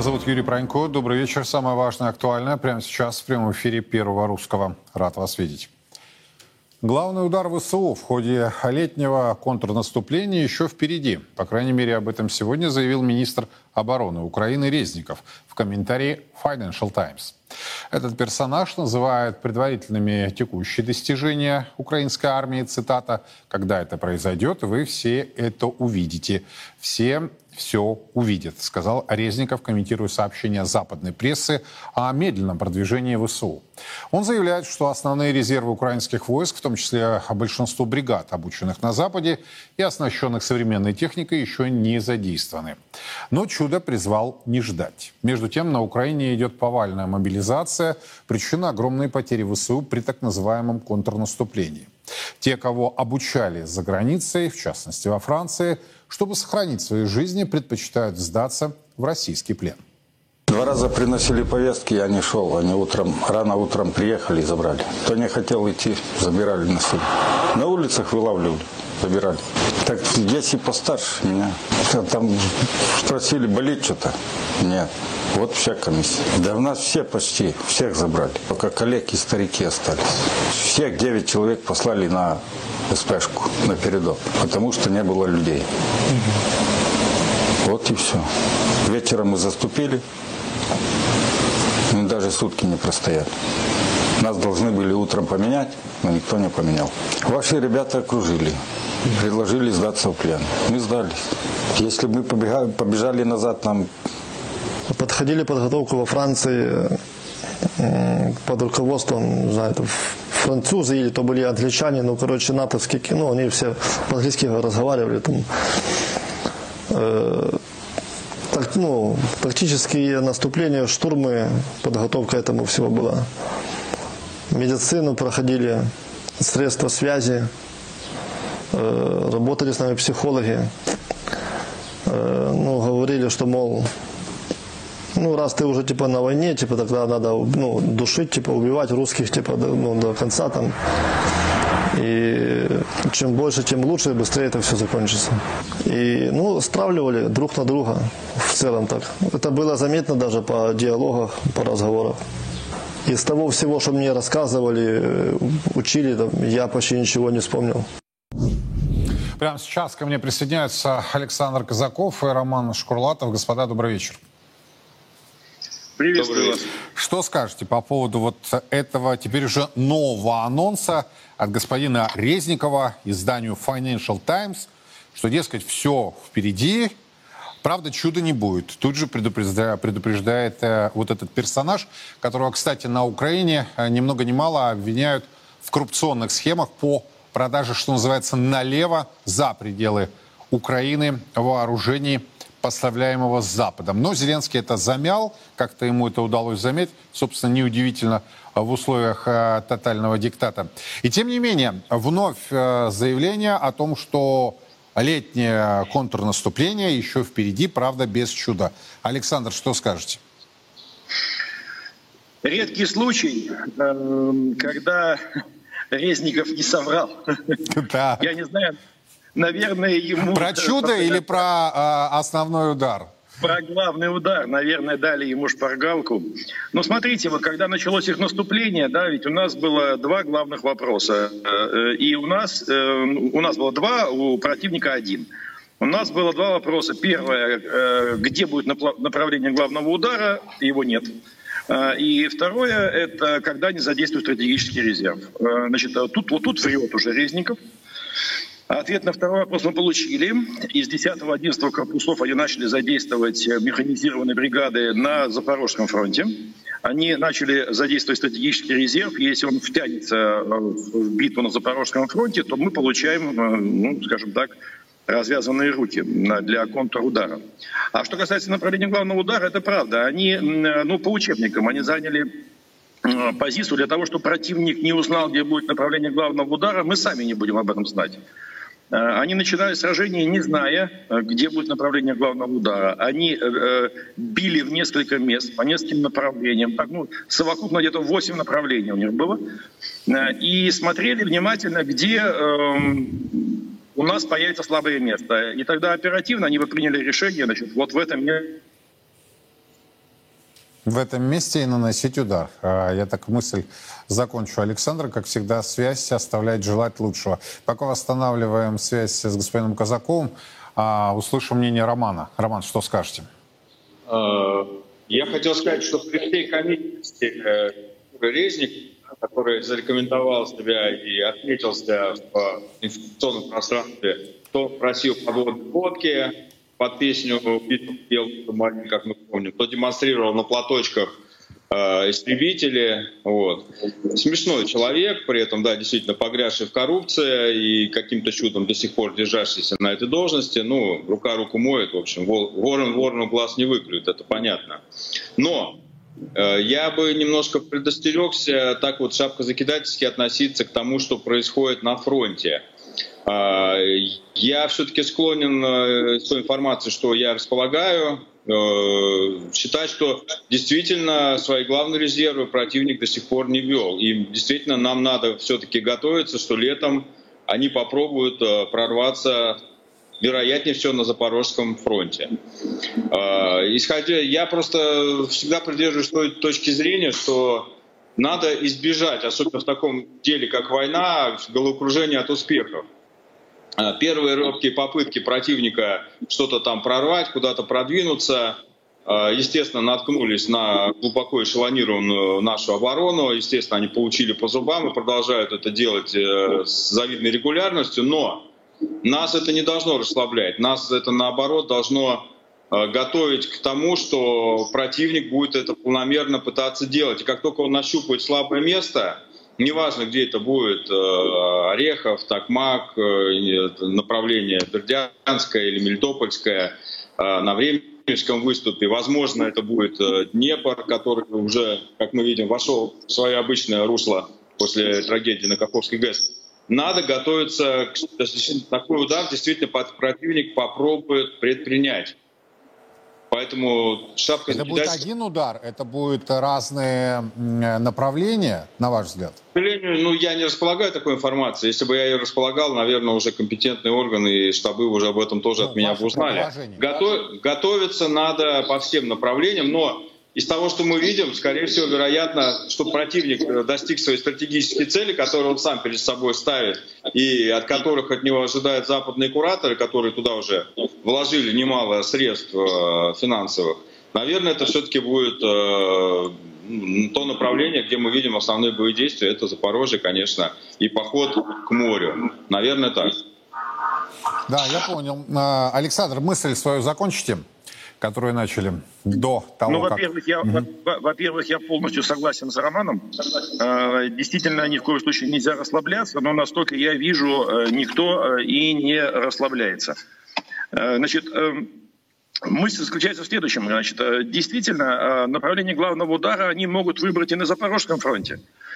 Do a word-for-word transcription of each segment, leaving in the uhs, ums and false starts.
Меня зовут Юрий Пронько. Добрый вечер. Самое важное, актуальное прямо сейчас в прямом эфире Первого Русского. Рад вас видеть. Главный удар ВСУ в ходе летнего контрнаступления еще впереди. По крайней мере, об этом сегодня заявил министр обороны Украины Резников в комментарии Financial Times. Этот персонаж называет предварительными текущие достижения украинской армии, цитата: «Когда это произойдет, вы все это увидите. Все все увидят», сказал Резников, комментируя сообщения западной прессы о медленном продвижении ВСУ. Он заявляет, что основные резервы украинских войск, в том числе большинство бригад, обученных на Западе и оснащенных современной техникой, еще не задействованы. Но чудо призвал не ждать. Между тем, на Украине идет повальная мобилизация, причина огромные потери ВСУ при так называемом контрнаступлении. Те, кого обучали за границей, в частности во Франции, чтобы сохранить свои жизни, предпочитают сдаться в российский плен. Два раза приносили повестки, я не шел. Они утром, рано утром приехали и забрали. Кто не хотел идти, забирали на суд. На улицах вылавливали, забирали. Так если постарше меня, там спросили, болит что-то? Нет. Вот вся комиссия. Да у нас все почти, всех забрали. Только коллеги и старики остались. Всех девять человек послали на СПшку, на передок, потому что не было людей. Вот и все. Вечером мы заступили. Мы даже сутки не простояли. Нас должны были утром поменять, но никто не поменял. Ваши ребята окружили. Предложили сдаться в плен. Мы сдались. Если бы мы побегали, побежали назад, нам... Подходили подготовку во Франции под руководством, не знаю, французы или то были англичане, ну, короче, натовские, ну, они все по-английски разговаривали, там, э, так, ну, тактические наступления, штурмы, подготовка этому всего была. Медицину проходили, средства связи, э, работали с нами психологи, э, ну, говорили, что, мол, ну, раз ты уже, типа, на войне, типа, тогда надо, ну, душить, типа, убивать русских, типа, до, ну, до конца, там. И чем больше, тем лучше, и быстрее это все закончится. И, ну, стравливали друг на друга, в целом так. Это было заметно даже по диалогах, по разговорам. Из того всего, что мне рассказывали, учили, там, я почти ничего не вспомнил. Прямо сейчас ко мне присоединяются Александр Казаков и Роман Шкурлатов. Господа, добрый вечер. Приветствую вас. Что скажете по поводу вот этого теперь уже нового анонса от господина Резникова изданию Financial Times, что, дескать, все впереди, правда, чуда не будет. Тут же предупреждает, предупреждает э, вот этот персонаж, которого, кстати, на Украине э, ни много ни мало обвиняют в коррупционных схемах по продаже, что называется, налево за пределы Украины вооружений, поставляемого с Западом. Но Зеленский это замял, как-то ему это удалось заметить, собственно, неудивительно в условиях э, тотального диктата. И тем не менее, вновь э, заявление о том, что летнее контрнаступление еще впереди, правда, без чуда. Александр, что скажете? Редкий случай, э, когда Резников не соврал. Да. Я не знаю... Наверное, ему... Про чудо или про э, основной удар? Про главный удар. Наверное, дали ему шпаргалку. Но смотрите, вот когда началось их наступление, да, ведь у нас было два главных вопроса. И у нас, у нас было два, у противника один. У нас было два вопроса. Первое, где будет направление главного удара, его нет. И второе, это когда они задействуют стратегический резерв. Значит, тут, вот тут врет уже Резников. Ответ на второй вопрос мы получили. Из десятого-одиннадцатого корпусов они начали задействовать механизированные бригады на Запорожском фронте. Они начали задействовать стратегический резерв. Если он втянется в битву на Запорожском фронте, то мы получаем, ну, скажем так, развязанные руки для контрудара. А что касается направления главного удара, это правда. Они, ну, по учебникам, они заняли позицию для того, чтобы противник не узнал, где будет направление главного удара. Мы сами не будем об этом знать. Они начинали сражение, не зная, где будет направление главного удара. Они э, били в несколько мест, по нескольким направлениям. Так, ну, совокупно где-то восемь направлений у них было. И смотрели внимательно, где э, у нас появится слабое место. И тогда оперативно они бы приняли решение, значит, вот в этом месте в этом месте и наносить удар. Я так мысль закончу. Александр, как всегда, связь оставляет желать лучшего. Пока восстанавливаем связь с господином Казаковым, услышим мнение Романа. Роман, что скажете? Я хотел сказать, что при всей комичности Резник, который зарекомендовал себя и отметился в информационном пространстве, кто просил подводной лодки под песню «Битва Марин», как мы помним, кто демонстрировал на платочках э, истребители. Вот. Смешной человек, при этом, да, действительно погрязший в коррупции и каким-то чудом до сих пор держащийся на этой должности. Ну, рука руку моет, в общем, ворон ворону глаз не выклюет, это понятно. Но э, я бы немножко предостерегся так вот шапкозакидательски относиться к тому, что происходит на фронте. Я все-таки склонен с той информацией, что я располагаю, считать, что действительно свои главные резервы противник до сих пор не вел. И действительно нам надо все-таки готовиться, что летом они попробуют прорваться, вероятнее всего, на Запорожском фронте. Исходя, я просто всегда придерживаюсь той точки зрения, что надо избежать, особенно в таком деле, как война, головокружения от успехов. Первые робкие попытки противника что-то там прорвать, куда-то продвинуться, естественно, наткнулись на глубоко эшелонированную нашу оборону. Естественно, они получили по зубам и продолжают это делать с завидной регулярностью. Но нас это не должно расслаблять. Нас это, наоборот, должно готовить к тому, что противник будет это планомерно пытаться делать. И как только он нащупает слабое место, неважно, где это будет, Орехов, Токмак, направление Бердянское или Мелитопольское, на Временском выступе, возможно, это будет Днепр, который уже, как мы видим, вошел в свое обычное русло после трагедии на Каховской ГЭС. Надо готовиться к такой удар, действительно, противник попробует предпринять. Поэтому шапка... Это будет один удар? Это будут разные направления, на ваш взгляд? К сожалению, ну, я не располагаю такой информацией. Если бы я ее располагал, наверное, уже компетентные органы и штабы уже об этом тоже ну, от меня бы узнали. Готов... Готовиться надо по всем направлениям, но из того, что мы видим, скорее всего, вероятно, что противник достиг своей стратегической цели, которую он сам перед собой ставит, и от которых от него ожидают западные кураторы, которые туда уже вложили немало средств э, финансовых. Наверное, это все-таки будет э, то направление, где мы видим основные боевые действия. Это Запорожье, конечно, и поход к морю. Наверное, так. Да, я понял. Александр, мысль свою закончите, которые начали до того, ну, как... во-первых, я, mm-hmm. во- во-первых, я полностью согласен с Романом. Э, действительно, ни в коем случае нельзя расслабляться, но настолько я вижу, э, никто э, и не расслабляется. Э, значит, э, мысль заключается в следующем. Значит, э, действительно, э, направление главного удара они могут выбрать и на Запорожском фронте.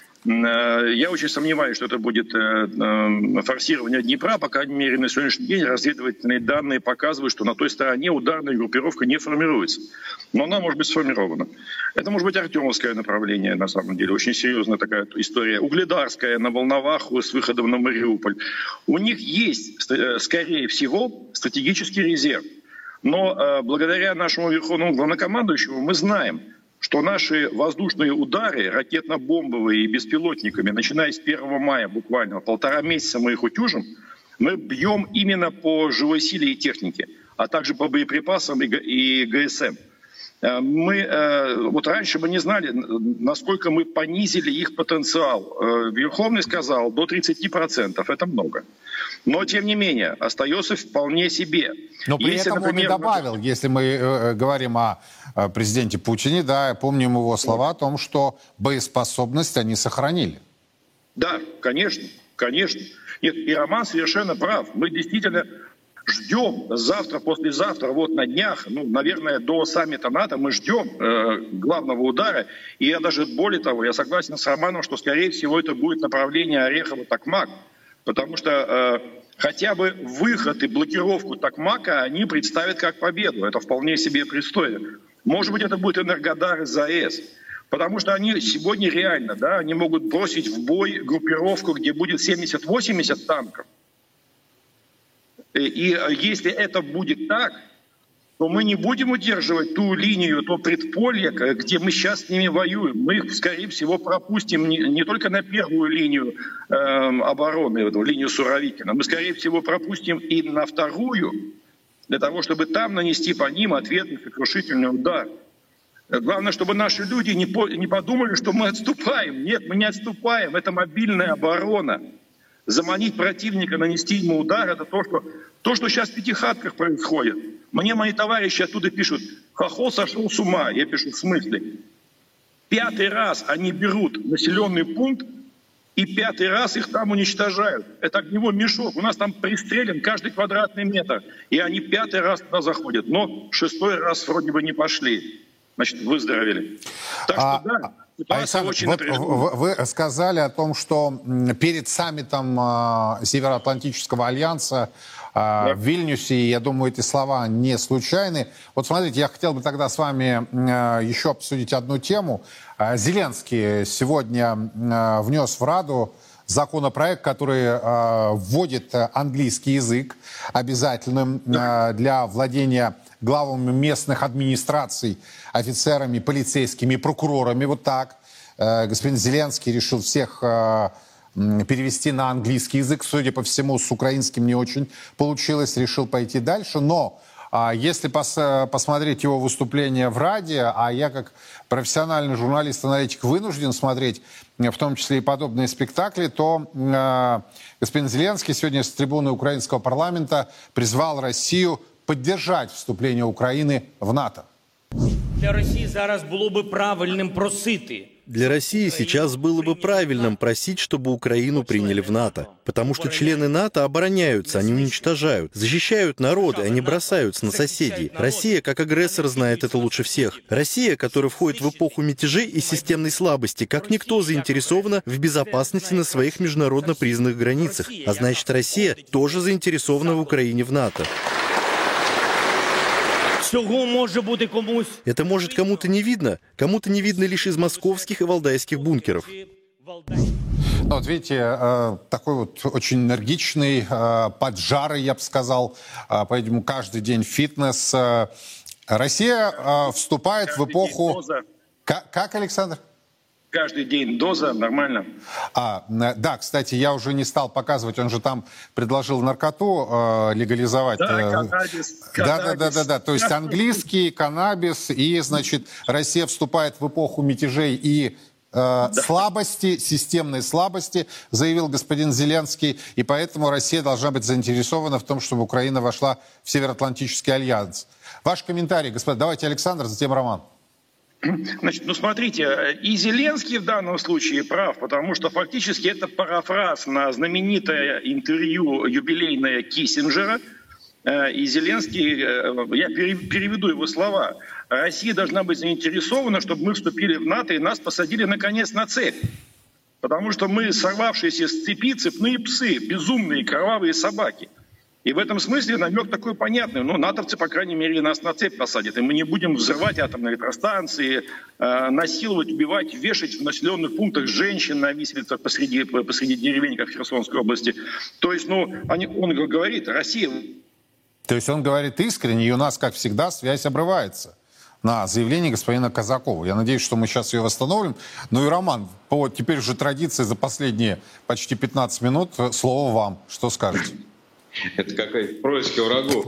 Я очень сомневаюсь, что это будет форсирование Днепра. По крайней мере, на сегодняшний день разведывательные данные показывают, что на той стороне ударная группировка не формируется. Но она может быть сформирована. Это может быть Артемовское направление, на самом деле. Очень серьезная такая история. Угледарская на Волноваху с выходом на Мариуполь. У них есть, скорее всего, стратегический резерв. Но благодаря нашему верховному главнокомандующему мы знаем, что наши воздушные удары, ракетно-бомбовые и беспилотниками, начиная с первого мая, буквально полтора месяца мы их утюжим, мы бьем именно по живой силе и технике, а также по боеприпасам и ГСМ. Мы, вот раньше мы не знали, насколько мы понизили их потенциал. Верховный сказал, до тридцати процентов, это много. Но, тем не менее, остается вполне себе. Но при если, этом например, он и добавил, если мы э, говорим о, о президенте Путине, да, помним его слова о том, что боеспособность они сохранили. Да, конечно, конечно. Нет, и Роман совершенно прав. Мы действительно ждем завтра, послезавтра, вот на днях, ну, наверное, до саммита НАТО мы ждем э, главного удара. И я даже, более того, я согласен с Романом, что, скорее всего, это будет направление Орехова-Токмак. Потому что э, хотя бы выход и блокировку Токмака они представят как победу. Это вполне себе пристойно. Может быть, это будет Энергодар из АЭС. Потому что они сегодня реально, да, они могут бросить в бой группировку, где будет семьдесят-восемьдесят танков. И, и если это будет так, то мы не будем удерживать ту линию, то предполье, где мы сейчас с ними воюем. Мы их, скорее всего, пропустим не, не только на первую линию э, обороны, эту линию Суровикина, мы, скорее всего, пропустим и на вторую, для того, чтобы там нанести по ним ответный сокрушительный удар. Главное, чтобы наши люди не, по, не подумали, что мы отступаем. Нет, мы не отступаем, это мобильная оборона. Заманить противника, нанести ему удар, это то, что, то, что сейчас в Пятихатках происходит. Мне мои товарищи оттуда пишут: хохол сошел с ума. Я пишу: в смысле? Пятый раз они берут населенный пункт, и пятый раз их там уничтожают. Это огневой мешок. У нас там пристрелен каждый квадратный метр. И они пятый раз туда заходят. Но шестой раз вроде бы не пошли. Значит, выздоровели. Так что, а, да. Александр, вот вы сказали о том, что перед саммитом э, Североатлантического альянса э, да. в Вильнюсе, я думаю, эти слова не случайны. Вот смотрите, я хотел бы тогда с вами э, еще обсудить одну тему. Э, Зеленский сегодня э, внес в Раду законопроект, который э, вводит английский язык обязательным э, для владения главами местных администраций, офицерами, полицейскими, прокурорами. Вот так. Э, господин Зеленский решил всех э, перевести на английский язык. Судя по всему, с украинским не очень получилось. Решил пойти дальше. Но э, если пос, посмотреть его выступление в Раде, а я как профессиональный журналист-аналитик вынужден смотреть в том числе и подобные спектакли, то э, господин Зеленский сегодня с трибуны украинского парламента призвал Россию поддержать вступление Украины в НАТО. Для России зараз было бы правильным просить. Для России сейчас было бы правильным просить, чтобы Украину приняли в НАТО. Потому что члены НАТО обороняются, они уничтожают, защищают народы, они бросаются на соседей. Россия, как агрессор, знает это лучше всех. Россия, которая входит в эпоху мятежей и системной слабости, как никто заинтересована в безопасности на своих международно признанных границах. А значит, Россия тоже заинтересована в Украине в НАТО. Это может кому-то не видно, кому-то не видно лишь из московских и валдайских бункеров. Ну, вот видите, такой вот очень энергичный, поджарый, я бы сказал, по-видимому, каждый день фитнес. Россия вступает в эпоху... Как, как, Александр? Каждый день доза, нормально. А, да, кстати, я уже не стал показывать, он же там предложил наркоту э, легализовать. Да, каннабис. Да, да, да, да, да. То есть английский, каннабис, и, значит, Россия вступает в эпоху мятежей и э, да. слабости, системной слабости, заявил господин Зеленский, и поэтому Россия должна быть заинтересована в том, чтобы Украина вошла в Североатлантический альянс. Ваш комментарий, господа. Давайте Александр, затем Роман. Значит, ну смотрите, и Зеленский в данном случае прав, потому что фактически это парафраз на знаменитое интервью юбилейное Киссинджера. И Зеленский, я переведу его слова: Россия должна быть заинтересована, чтобы мы вступили в НАТО и нас посадили наконец на цепь. Потому что мы сорвавшиеся с цепи цепные псы, безумные кровавые собаки. И в этом смысле намек такой понятный. Ну, натовцы, по крайней мере, нас на цепь посадят. И мы не будем взрывать атомные электростанции, э, насиловать, убивать, вешать в населенных пунктах женщин на виселицах посреди, посреди деревень, как в Херсонской области. То есть, ну, они, он говорит, Россия... То есть он говорит искренне, и у нас, как всегда, связь обрывается на заявление господина Казакова. Я надеюсь, что мы сейчас ее восстановим. Ну и, Роман, по теперь уже традиции за последние почти пятнадцать минут, слово вам. Что скажете? Это какая-то происки врагов.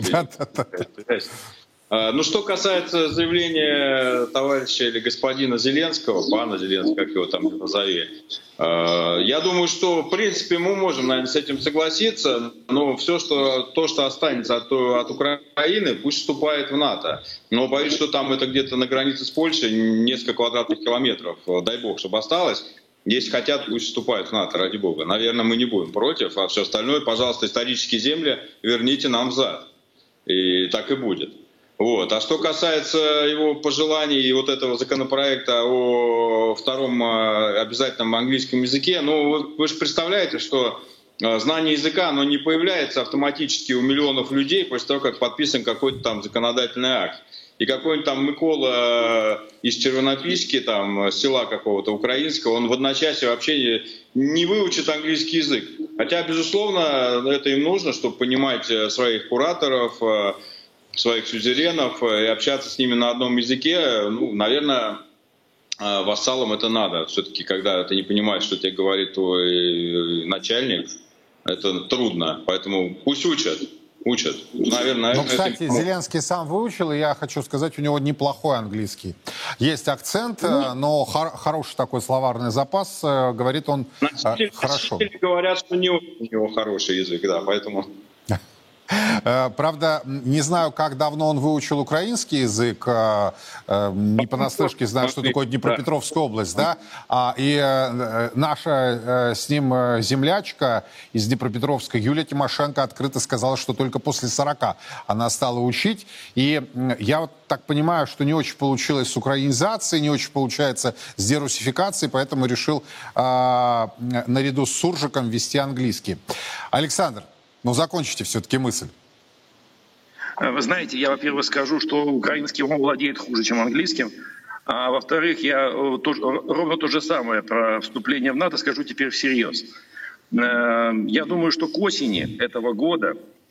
Ну, что касается заявления товарища или господина Зеленского, пана Зеленского, как его там назови, я думаю, что, в принципе, мы можем, наверное, с этим согласиться, но все, что, то, что останется от, от Украины, пусть вступает в НАТО. Но боюсь, что там это где-то на границе с Польшей несколько квадратных километров, дай бог, чтобы осталось. Если хотят, пусть вступают в НАТО, ради бога. Наверное, мы не будем против, а все остальное, пожалуйста, исторические земли верните нам взад. И так и будет. Вот. А что касается его пожеланий и вот этого законопроекта о втором обязательном английском языке, ну, вы же представляете, что знание языка, оно не появляется автоматически у миллионов людей после того, как подписан какой-то там законодательный акт. И какой-нибудь там Микола из Червонописки, там, села какого-то украинского, он в одночасье вообще не выучит английский язык. Хотя, безусловно, это им нужно, чтобы понимать своих кураторов, своих сюзеренов и общаться с ними на одном языке, ну, наверное, вассалам это надо. Все-таки, когда ты не понимаешь, что тебе говорит твой начальник, это трудно. Поэтому пусть учат. Учат. Наверное, ну, кстати, это... Зеленский сам выучил, и я хочу сказать, у него неплохой английский. Есть акцент, ну, но хор- хороший такой словарный запас, говорит он носители, хорошо. Носители говорят, что не у него хороший язык, да, поэтому... Правда, не знаю, как давно он выучил украинский язык, не понаслышке знаю, что такое Днепропетровская область, да, и наша с ним землячка из Днепропетровска Юлия Тимошенко открыто сказала, что только после сорока она стала учить, и я вот так понимаю, что не очень получилось с украинизацией, не очень получается с дерусификацией, поэтому решил наряду с суржиком ввести английский. Александр, но закончите все-таки мысль. Вы знаете, я, во-первых, скажу, что украинским он владеет хуже, чем английским. А во-вторых, я тоже, ровно то же самое про вступление в НАТО скажу теперь всерьез. Я думаю, что к осени этого года,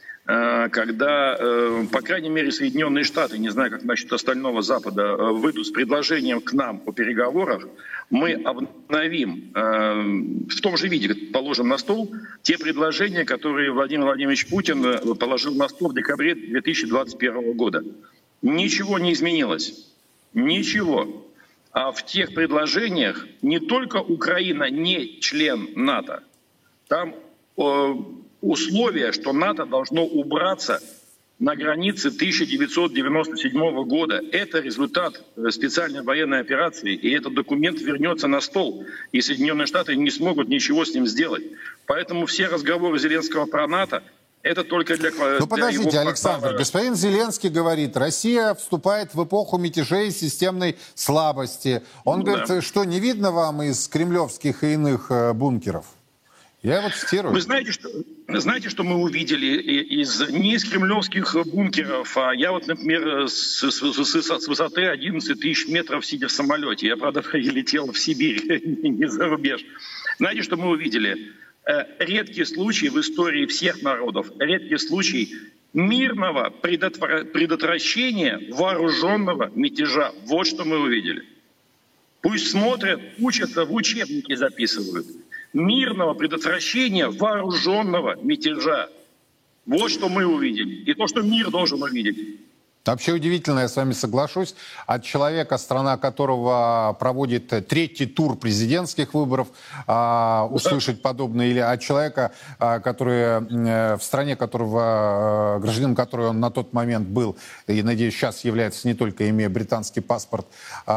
когда, по крайней мере, Соединенные Штаты, не знаю, как насчет остального Запада, выйдут с предложением к нам о переговорах, мы обновим в том же виде, положим на стол те предложения, которые Владимир Владимирович Путин положил на стол в декабре две тысячи двадцать первого года. Ничего не изменилось. Ничего. А в тех предложениях не только Украина не член НАТО, там условие, что НАТО должно убраться на границе тысяча девятьсот девяносто седьмого года. Это результат специальной военной операции, и этот документ вернется на стол, и Соединенные Штаты не смогут ничего с ним сделать. Поэтому все разговоры Зеленского про НАТО — это только для... Ну подождите, его... Александр, господин Зеленский говорит, Россия вступает в эпоху мятежей и системной слабости. Он да. говорит, что не видно вам из кремлевских и иных бункеров? Я его цитирую. Вы знаете, что, знаете, что мы увидели из, не из кремлевских бункеров, а я вот, например, с, с, с, с высоты одиннадцати тысяч метров, сидя в самолете, я, правда, летел в Сибирь, не за рубеж. Знаете, что мы увидели? Редкий случай в истории всех народов, редкий случай мирного предотвращения вооруженного мятежа. Вот что мы увидели. Пусть смотрят, учатся, в учебнике записывают. Мирного предотвращения вооруженного мятежа. Вот что мы увидели. И то, что мир должен увидеть. Вообще удивительно, я с вами соглашусь. От человека, страна которого проводит третий тур президентских выборов, а, услышать подобное, или от человека, а, который в стране которого, гражданин которого он на тот момент был, и, надеюсь, сейчас является не только имея британский паспорт,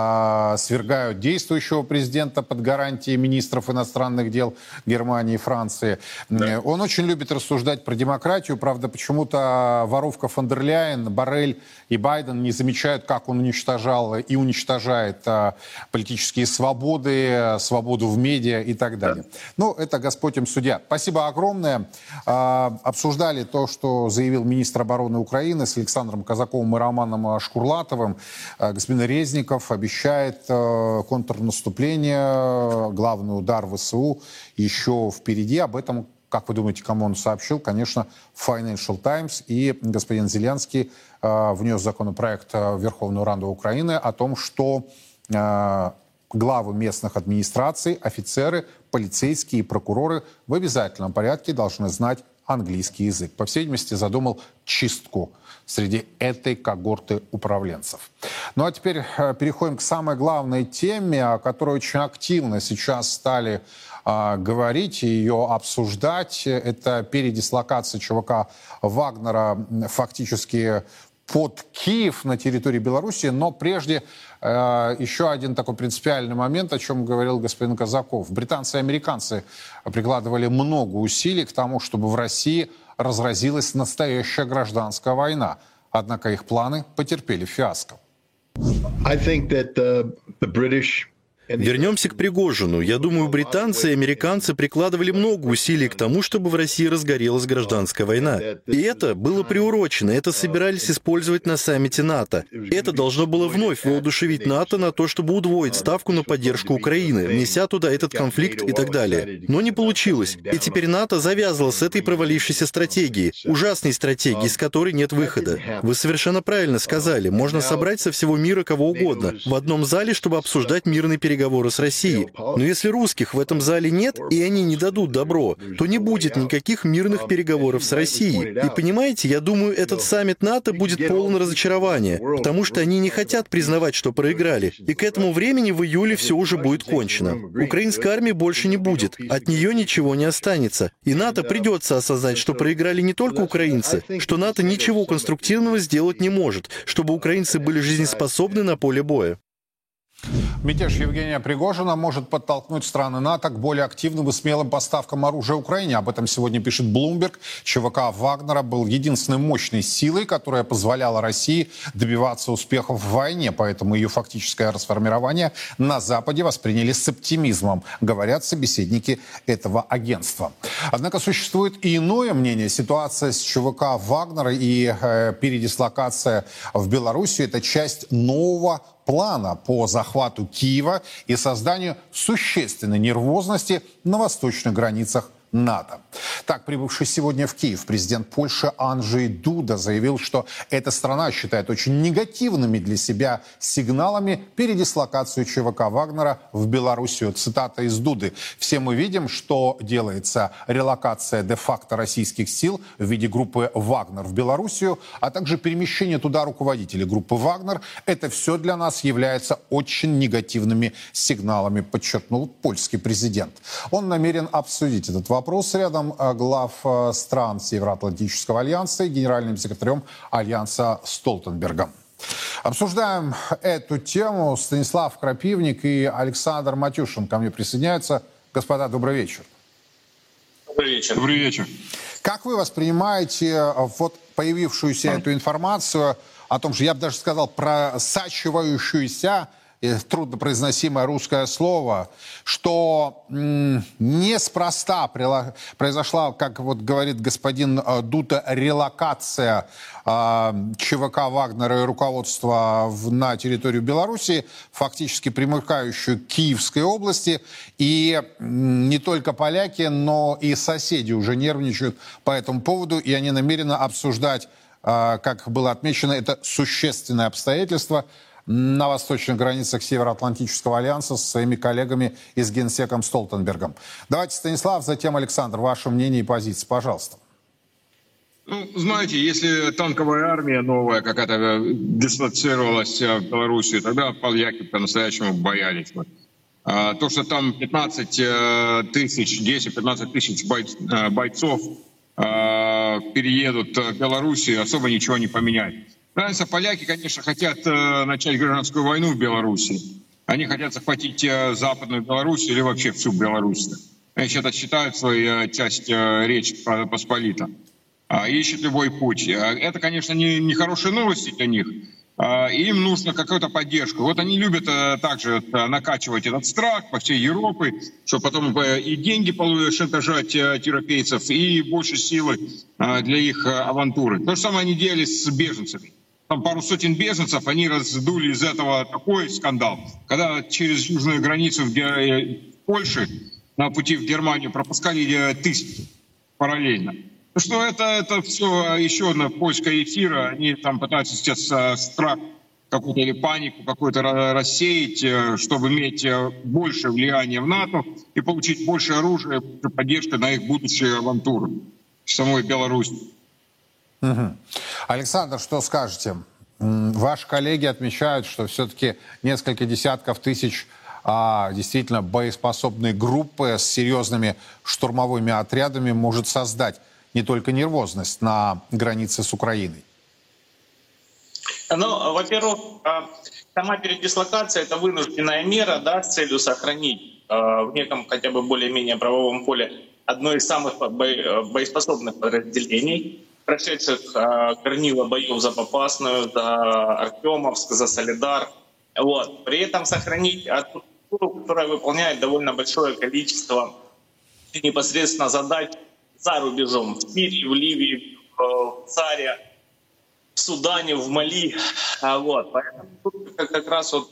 а, свергают действующего президента под гарантией министров иностранных дел Германии и Франции. Да. Он очень любит рассуждать про демократию. Правда, почему-то воровка фон дер Ляйен, Боррель и Байден не замечают, как он уничтожал и уничтожает а, политические свободы, свободу в медиа и так далее. Да. Ну, это Господь им судья. Спасибо огромное. А, обсуждали то, что заявил министр обороны Украины с Александром Казаковым и Романом Шкурлатовым. А, господин Резников обещает а, контрнаступление, главный удар ВСУ еще впереди. Об этом, как вы думаете, кому он сообщил? Конечно, Financial Times. И господин Зеленский э, внес законопроект в Верховную Раду Украины о том, что э, главы местных администраций, офицеры, полицейские и прокуроры в обязательном порядке должны знать английский язык. По всей видимости, задумал чистку среди этой когорты управленцев. Ну а теперь э, переходим к самой главной теме, о которой очень активно сейчас стали говорить и ее обсуждать. Это передислокация ЧВК Вагнера фактически под Киев на территории Беларуси. Но прежде э, еще один такой принципиальный момент, о чем говорил господин Казаков. Британцы и американцы прикладывали много усилий к тому, чтобы в России разразилась настоящая гражданская война. Однако их планы потерпели фиаско. I think that the, the British Вернемся к Пригожину. Я думаю, британцы и американцы прикладывали много усилий к тому, чтобы в России разгорелась гражданская война. И это было приурочено, это собирались использовать на саммите НАТО. Это должно было вновь воодушевить НАТО на то, чтобы удвоить ставку на поддержку Украины, внеся туда этот конфликт и так далее. Но не получилось. И теперь НАТО завязало с этой провалившейся стратегией, ужасной стратегией, с которой нет выхода. Вы совершенно правильно сказали, можно собрать со всего мира кого угодно в одном зале, чтобы обсуждать мирные переговоры с Россией. Но если русских в этом зале нет, и они не дадут добро, то не будет никаких мирных переговоров с Россией. И понимаете, я думаю, этот саммит НАТО будет полон разочарования, потому что они не хотят признавать, что проиграли. И к этому времени в июле все уже будет кончено. Украинской армии больше не будет, от нее ничего не останется. И НАТО придется осознать, что проиграли не только украинцы, что НАТО ничего конструктивного сделать не может, чтобы украинцы были жизнеспособны на поле боя. Мятеж Евгения Пригожина может подтолкнуть страны НАТО к более активным и смелым поставкам оружия Украине. Об этом сегодня пишет Bloomberg. ЧВК Вагнера был единственной мощной силой, которая позволяла России добиваться успехов в войне. Поэтому ее фактическое расформирование на Западе восприняли с оптимизмом, говорят собеседники этого агентства. Однако существует и иное мнение. Ситуация с ЧВК Вагнера и э, передислокация в Белоруссию – это часть нового плана по захвату Киева и созданию существенной нервозности на восточных границах НАТО. Так, прибывший сегодня в Киев президент Польши Анджей Дуда заявил, что эта страна считает очень негативными для себя сигналами передислокацию ЧВК Вагнера в Белоруссию. Цитата из Дуды. «Все мы видим, что делается релокация де-факто российских сил в виде группы Вагнер в Белоруссию, а также перемещение туда руководителей группы Вагнер. Это все для нас является очень негативными сигналами», подчеркнул польский президент. Он намерен обсудить этот вопрос Вопрос рядом глав стран Североатлантического альянса и генеральным секретарем альянса Столтенбергом. Обсуждаем эту тему. Станислав Крапивник и Александр Матюшин ко мне присоединяются. Господа, добрый вечер. Добрый вечер. Добрый вечер. Как вы воспринимаете вот появившуюся эту информацию о том, что я бы даже сказал, просачивающуюся, труднопроизносимое русское слово, что м, неспроста произошла, как вот говорит господин Дута, релокация э, ЧВК Вагнера и руководства в, на территорию Белоруссии, фактически примыкающую к Киевской области. И м, не только поляки, но и соседи уже нервничают по этому поводу, и они намерены обсуждать, э, как было отмечено, это существенное обстоятельство на восточных границах Североатлантического альянса со своими коллегами и с генсеком Столтенбергом. Давайте, Станислав, затем Александр. Ваше мнение и позиция, пожалуйста. Ну, знаете, если танковая армия новая какая-то дислоцировалась в Белоруссию, тогда поляки по-настоящему боялись бы. А то, что там пятнадцать тысяч, десять-пятнадцать тысяч бойцов переедут в Белоруссию, особо ничего не поменяет. Разница, поляки, конечно, хотят э, начать гражданскую войну в Беларуси. Они хотят захватить э, Западную Белоруссию или вообще всю Белоруссию. Они сейчас считают свою э, часть э, Речи Посполита. Э, ищут любой путь. Э, это, конечно, не, не хорошие новости для них. Э, им нужна какая-то поддержка. Вот они любят э, также э, накачивать этот страх по всей Европе, чтобы потом э, и деньги шантажать э, европейцев, и больше силы э, для их э, авантуры. То же самое они делали с беженцами. Там пару сотен беженцев, они раздули из этого такой скандал. Когда через южную границу в Польше на пути в Германию пропускали тысячи параллельно. Что это, это все еще одна польская эфира. Они там пытаются сейчас страх какой-то или панику какую-то рассеять, чтобы иметь больше влияния в НАТО и получить больше оружия, поддержки на их будущие авантуры в самой Беларуси. Угу. Александр, что скажете? Ваши коллеги отмечают, что все-таки несколько десятков тысяч а, действительно боеспособной группы с серьезными штурмовыми отрядами может создать не только нервозность на границе с Украиной. Ну, во-первых, сама передислокация — это вынужденная мера, да, с целью сохранить в неком хотя бы более-менее правовом поле одно из самых боеспособных подразделений, прошедших э, горнило боев за Попасную, за Артемовск, за Солидар. Вот. При этом сохранить от, структуру, которая выполняет довольно большое количество непосредственно задач за рубежом. В Сирии, в Ливии, в ЦАРе, в Судане, в Мали. Вот. Поэтому тут как раз вот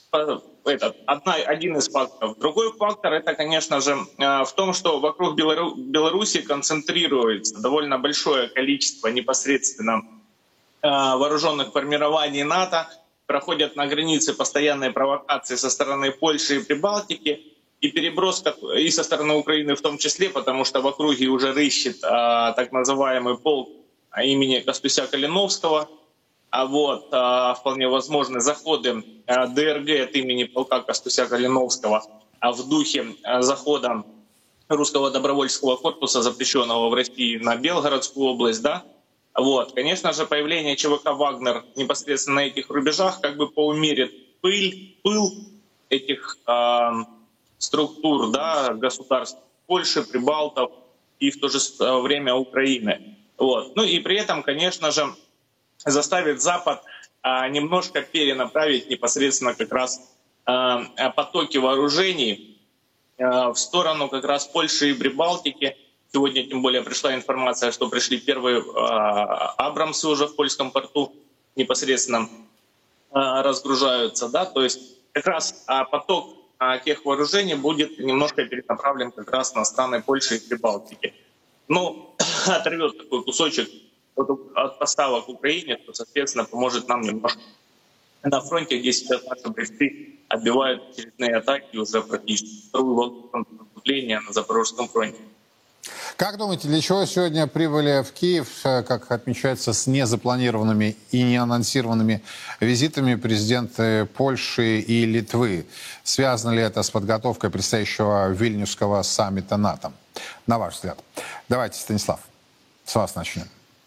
этот, одна, один из факторов. Другой фактор — это, конечно же, в том, что вокруг Белору, Беларуси концентрируется довольно большое количество непосредственно вооруженных формирований НАТО, проходят на границе постоянные провокации со стороны Польши и Прибалтики, и переброска и со стороны Украины в том числе, потому что в округе уже рыщет а, так называемый полк имени Костуся-Калиновского. А вот а, вполне возможны заходы а, ДРГ от имени полка Костуся-Калиновского а в духе а, захода русского добровольческого корпуса, запрещенного в России, на Белгородскую область, да. Вот, конечно же, появление ЧВК «Вагнер» непосредственно на этих рубежах как бы поумерит пыль, пыл этих э, структур, да, государств Польши, Прибалтов и в то же время Украины. Вот. Ну и при этом, конечно же, заставит Запад э, немножко перенаправить непосредственно как раз э, потоки вооружений э, в сторону как раз Польши и Прибалтики. Сегодня тем более пришла информация, что пришли первые э, Абрамсы уже в польском порту, непосредственно э, разгружаются. Да? То есть как раз э, поток э, тех вооружений будет немножко перенаправлен как раз на страны Польши и Прибалтики. Ну, оторвет такой кусочек от, от поставок Украине, то, соответственно, поможет нам немножко на фронте, где сейчас наши бойцы отбивают очередные атаки уже практически вторую волну наступления на Запорожском фронте. Как думаете, для чего сегодня прибыли в Киев, как отмечается, с незапланированными и неанонсированными визитами президенты Польши и Литвы? Связано ли это с подготовкой предстоящего Вильнюсского саммита НАТО? На ваш взгляд. Давайте, Станислав, с вас начнем.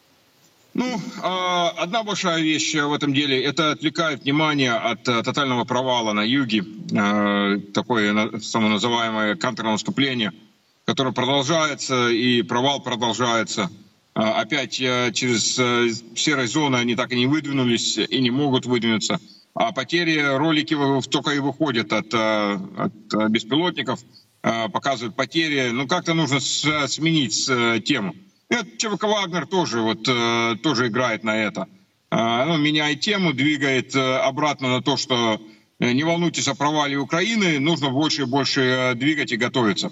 Ну, одна большая вещь в этом деле – это отвлекает внимание от тотального провала на юге, такое самоназываемое контрнаступление, которое продолжается, и провал продолжается. Опять через серые зоны они так и не выдвинулись и не могут выдвинуться. А потери, ролики только и выходят от, от беспилотников, показывают потери. Ну, как-то нужно сменить тему. И ЧВК «Вагнер» тоже, вот, тоже играет на это. Ну, меняет тему, двигает обратно на то, что не волнуйтесь о провале Украины, нужно больше и больше двигать и готовиться.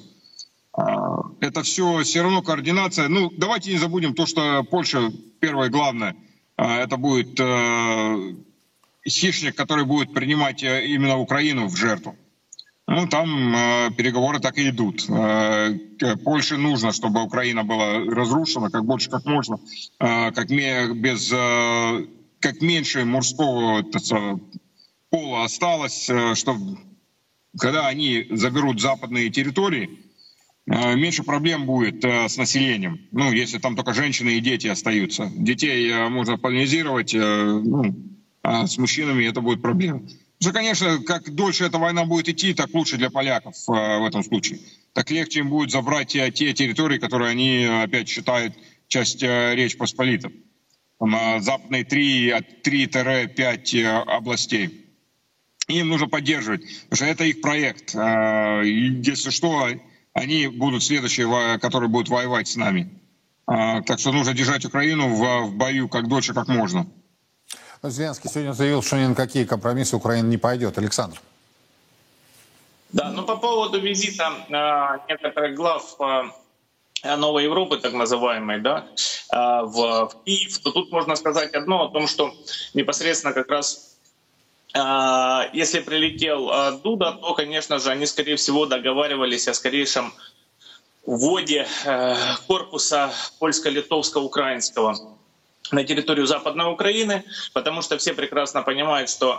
Это все все равно координация. Ну, давайте не забудем то, что Польша, первое главное, это будет э, хищник, который будет принимать именно Украину в жертву. Ну, там э, переговоры так и идут. Э, Польше нужно, чтобы Украина была разрушена как больше, как можно, э, как, ме, без, э, как меньше мужского так, пола осталось, э, чтобы когда они заберут западные территории, меньше проблем будет с населением. Ну, если там только женщины и дети остаются. Детей можно поляризировать, ну, а с мужчинами это будет проблема. Что, конечно, как дольше эта война будет идти, так лучше для поляков в этом случае. Так легче им будет забрать те, те территории, которые они опять считают часть Речи Посполитой. Там, западные три-пять областей. Им нужно поддерживать, потому что это их проект. И если что, они будут следующие, которые будут воевать с нами. Так что нужно держать Украину в, в бою как дольше, как можно. Зеленский сегодня заявил, что ни на какие компромиссы Украина не пойдет. Александр. Да, ну по поводу визита э, некоторых глав э, Новой Европы, так называемой, да, э, в, в Киев, то тут можно сказать одно о том, что непосредственно как раз если прилетел Дуда, то, конечно же, они, скорее всего, договаривались о скорейшем вводе корпуса польско-литовско-украинского на территорию Западной Украины, потому что все прекрасно понимают, что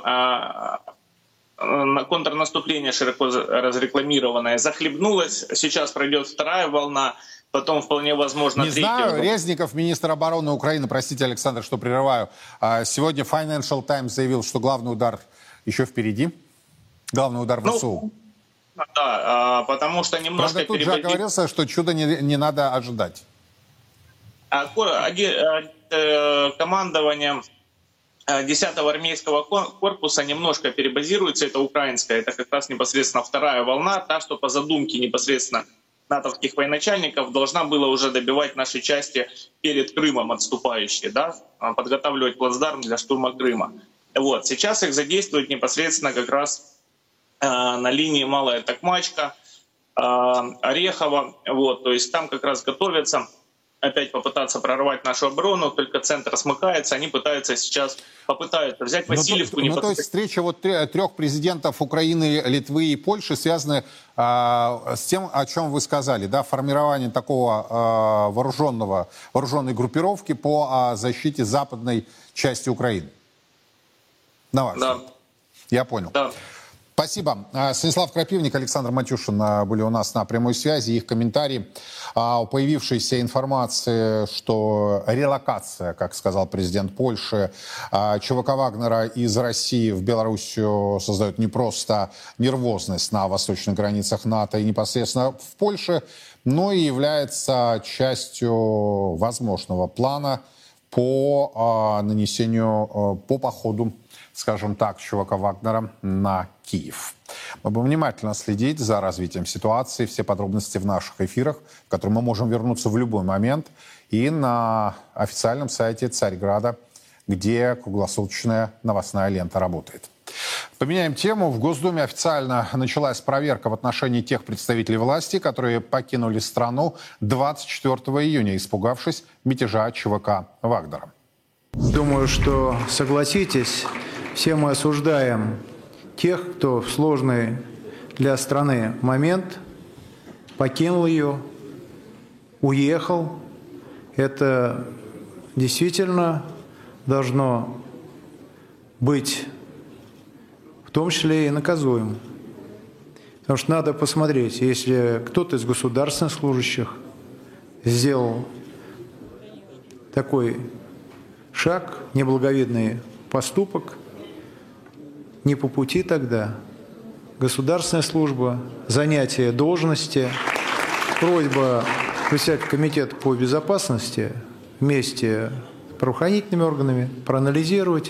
контрнаступление, широко разрекламированное, захлебнулось. Сейчас пройдет вторая волна, потом вполне возможно Не третья. знаю, Резников, министр обороны Украины, простите, Александр, что прерываю. Сегодня Financial Times заявил, что главный удар еще впереди. Главный удар в ВСУ. Ну, да, потому что немножко... Правда, тут же оговорился, что чуда не, не надо ожидать. Командование десятого армейского корпуса немножко перебазируется, это украинская, это как раз непосредственно вторая волна, та, что по задумке непосредственно натовских военачальников должна была уже добивать наши части перед Крымом отступающие, да, подготавливать плацдарм для штурма Крыма. Вот. Сейчас их задействуют непосредственно как раз э, на линии Малая Токмачка, э, Орехово, вот, то есть там как раз готовятся опять попытаться прорвать нашу оборону, только центр смыкается, они пытаются сейчас, попытаются взять Васильевку. Ну, то, ну, то есть встреча вот трех президентов Украины, Литвы и Польши связаны э, с тем, о чем вы сказали, да, формирование такого э, вооруженного, вооруженной группировки по э, защите западной части Украины. На ваш да. взгляд. Я понял. Да. Спасибо. Станислав Крапивник, Александр Матюшин были у нас на прямой связи. Их комментарии о появившейся информации, что релокация, как сказал президент Польши, ЧВК Вагнера из России в Белоруссию создает не просто нервозность на восточных границах НАТО и непосредственно в Польше, но и является частью возможного плана по нанесению, по походу, скажем так, ЧВК Вагнера на Киев. Мы будем внимательно следить за развитием ситуации. Все подробности в наших эфирах, в которые мы можем вернуться в любой момент. И на официальном сайте Царьграда, где круглосуточная новостная лента работает. Поменяем тему. В Госдуме официально началась проверка в отношении тех представителей власти, которые покинули страну двадцать четвёртого июня, испугавшись мятежа ЧВК Вагнера. Думаю, что согласитесь, все мы осуждаем тех, кто в сложный для страны момент покинул ее, уехал. Это действительно должно быть в том числе и наказуемо. Потому что надо посмотреть, если кто-то из государственных служащих сделал такой шаг, неблаговидный поступок, не по пути тогда. Государственная служба, занятие должности, просьба присягать в комитет по безопасности вместе с правоохранительными органами, проанализировать,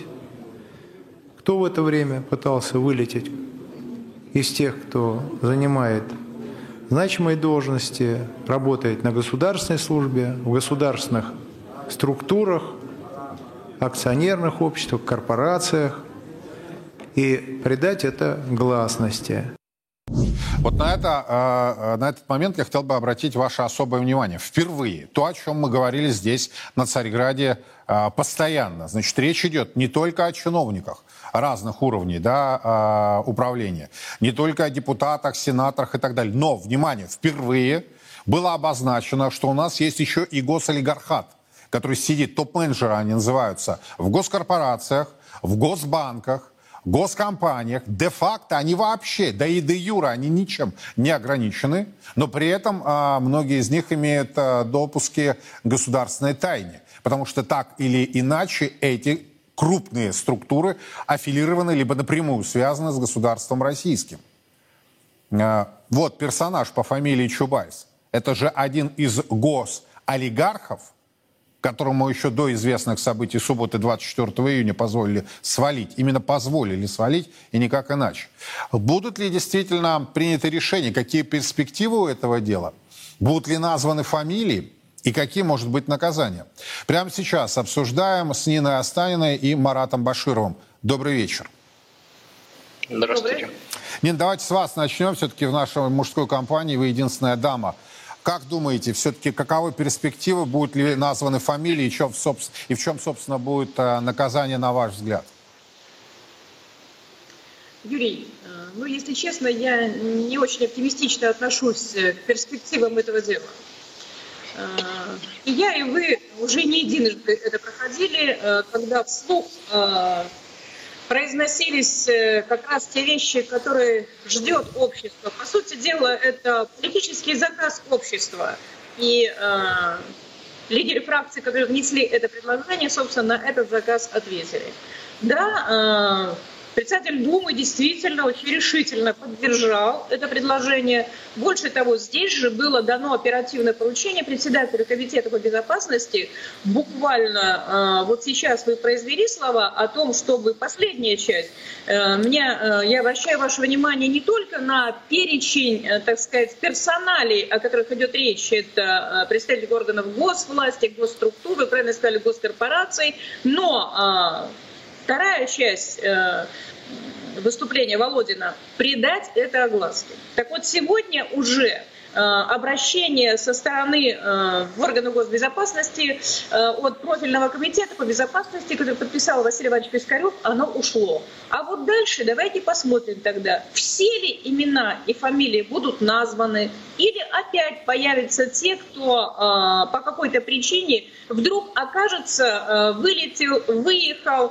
кто в это время пытался вылететь из тех, кто занимает значимые должности, работает на государственной службе, в государственных структурах, акционерных обществах, корпорациях, и придать это гласности. Вот на, это, на этот момент я хотел бы обратить ваше особое внимание. Впервые то, о чем мы говорили здесь, на Царьграде, постоянно. Значит, речь идет не только о чиновниках разных уровней, да, управления, не только о депутатах, сенаторах и так далее. Но, внимание, впервые было обозначено, что у нас есть еще и госолигархат, который сидит, топ-менеджеры они называются, в госкорпорациях, в госбанках, госкомпаниях. Де-факто они вообще, да и де-юре они ничем не ограничены, но при этом а, многие из них имеют а, допуски к государственной тайне, потому что так или иначе эти крупные структуры аффилированы либо напрямую связаны с государством российским. А, вот персонаж по фамилии Чубайс. Это же один из госолигархов, которому еще до известных событий субботы двадцать четвёртого июня позволили свалить. Именно позволили свалить, и никак иначе. Будут ли действительно приняты решения? Какие перспективы у этого дела? Будут ли названы фамилии? И какие, может быть, наказания? Прямо сейчас обсуждаем с Ниной Останиной и Маратом Башировым. Добрый вечер. Здравствуйте. Нина, давайте с вас начнем. Все-таки в нашей мужской компании вы единственная дама. Как думаете, все-таки каковы перспективы, будут ли названы фамилии, и, чем, и в чем, собственно, будет наказание, на ваш взгляд? Юрий, ну, если честно, я не очень оптимистично отношусь к перспективам этого дела. И я, и вы уже не единожды это проходили, когда вслух произносились как раз те вещи, которые ждет общество. По сути дела, это политический заказ общества. И э, лидеры фракций, которые внесли это предложение, собственно, на этот заказ ответили. Да, э, Председатель Думы действительно очень решительно поддержал это предложение. Больше того, здесь же было дано оперативное поручение председателю Комитета по безопасности. Буквально э, вот сейчас вы произвели слова о том, чтобы последняя часть. Э, меня, э, я обращаю ваше внимание не только на перечень, э, так сказать, персоналей, о которых идет речь. Это э, представители органов госвласти, госструктур, вы правильно сказали, госкорпораций, но... Э, Вторая часть э, выступления Володина – придать это огласке. Так вот, сегодня уже э, обращение со стороны э, органов госбезопасности э, от профильного комитета по безопасности, который подписал Василий Иванович Пискарев, оно ушло. А вот дальше давайте посмотрим тогда, все ли имена и фамилии будут названы, или опять появятся те, кто э, по какой-то причине вдруг окажется, э, вылетел, выехал,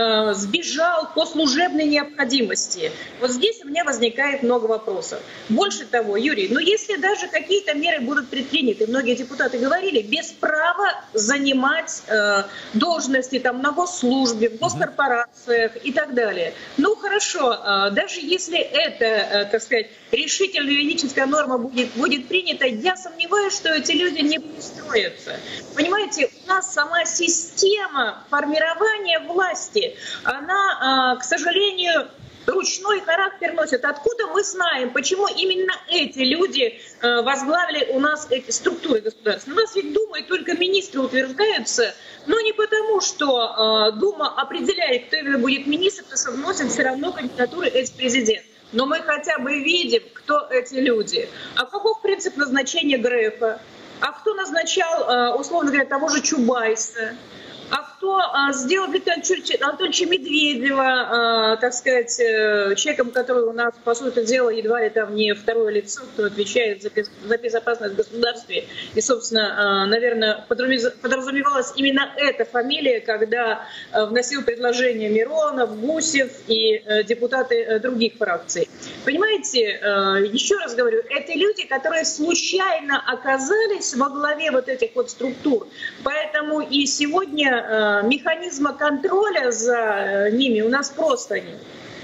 сбежал по служебной необходимости. Вот здесь у меня возникает много вопросов. Больше того, Юрий, ну если даже какие-то меры будут предприняты, многие депутаты говорили, без права занимать э, должности там на госслужбе, в госкорпорациях и так далее. Ну хорошо, э, даже если это, э, так сказать, решительная юридическая норма будет, будет принята, я сомневаюсь, что эти люди не пристроятся. Понимаете, у нас сама система формирования власти, она, к сожалению, ручной характер носит. Откуда мы знаем, почему именно эти люди возглавили у нас эти структуры государственные? У нас ведь Дума и только министры утверждаются, но не потому, что Дума определяет, кто именно будет министр, то вносит все равно кандидатуры экс-президент. Но мы хотя бы видим, кто эти люди. А каков принцип назначения Грефа? А кто назначал, условно говоря, того же Чубайса? А кто а, сделал Виктора Анатольевича Медведева, а, так сказать, человеком, который у нас, по сути дела, едва ли там не второе лицо, кто отвечает за, за безопасность в государстве. И, собственно, а, наверное, подразумевалась именно эта фамилия, когда а, вносил предложение Миронов, Гусев и а, депутаты а, других фракций. Понимаете, а, еще раз говорю, это люди, которые случайно оказались во главе вот этих вот структур. Поэтому и сегодня механизма контроля за ними у нас просто нет.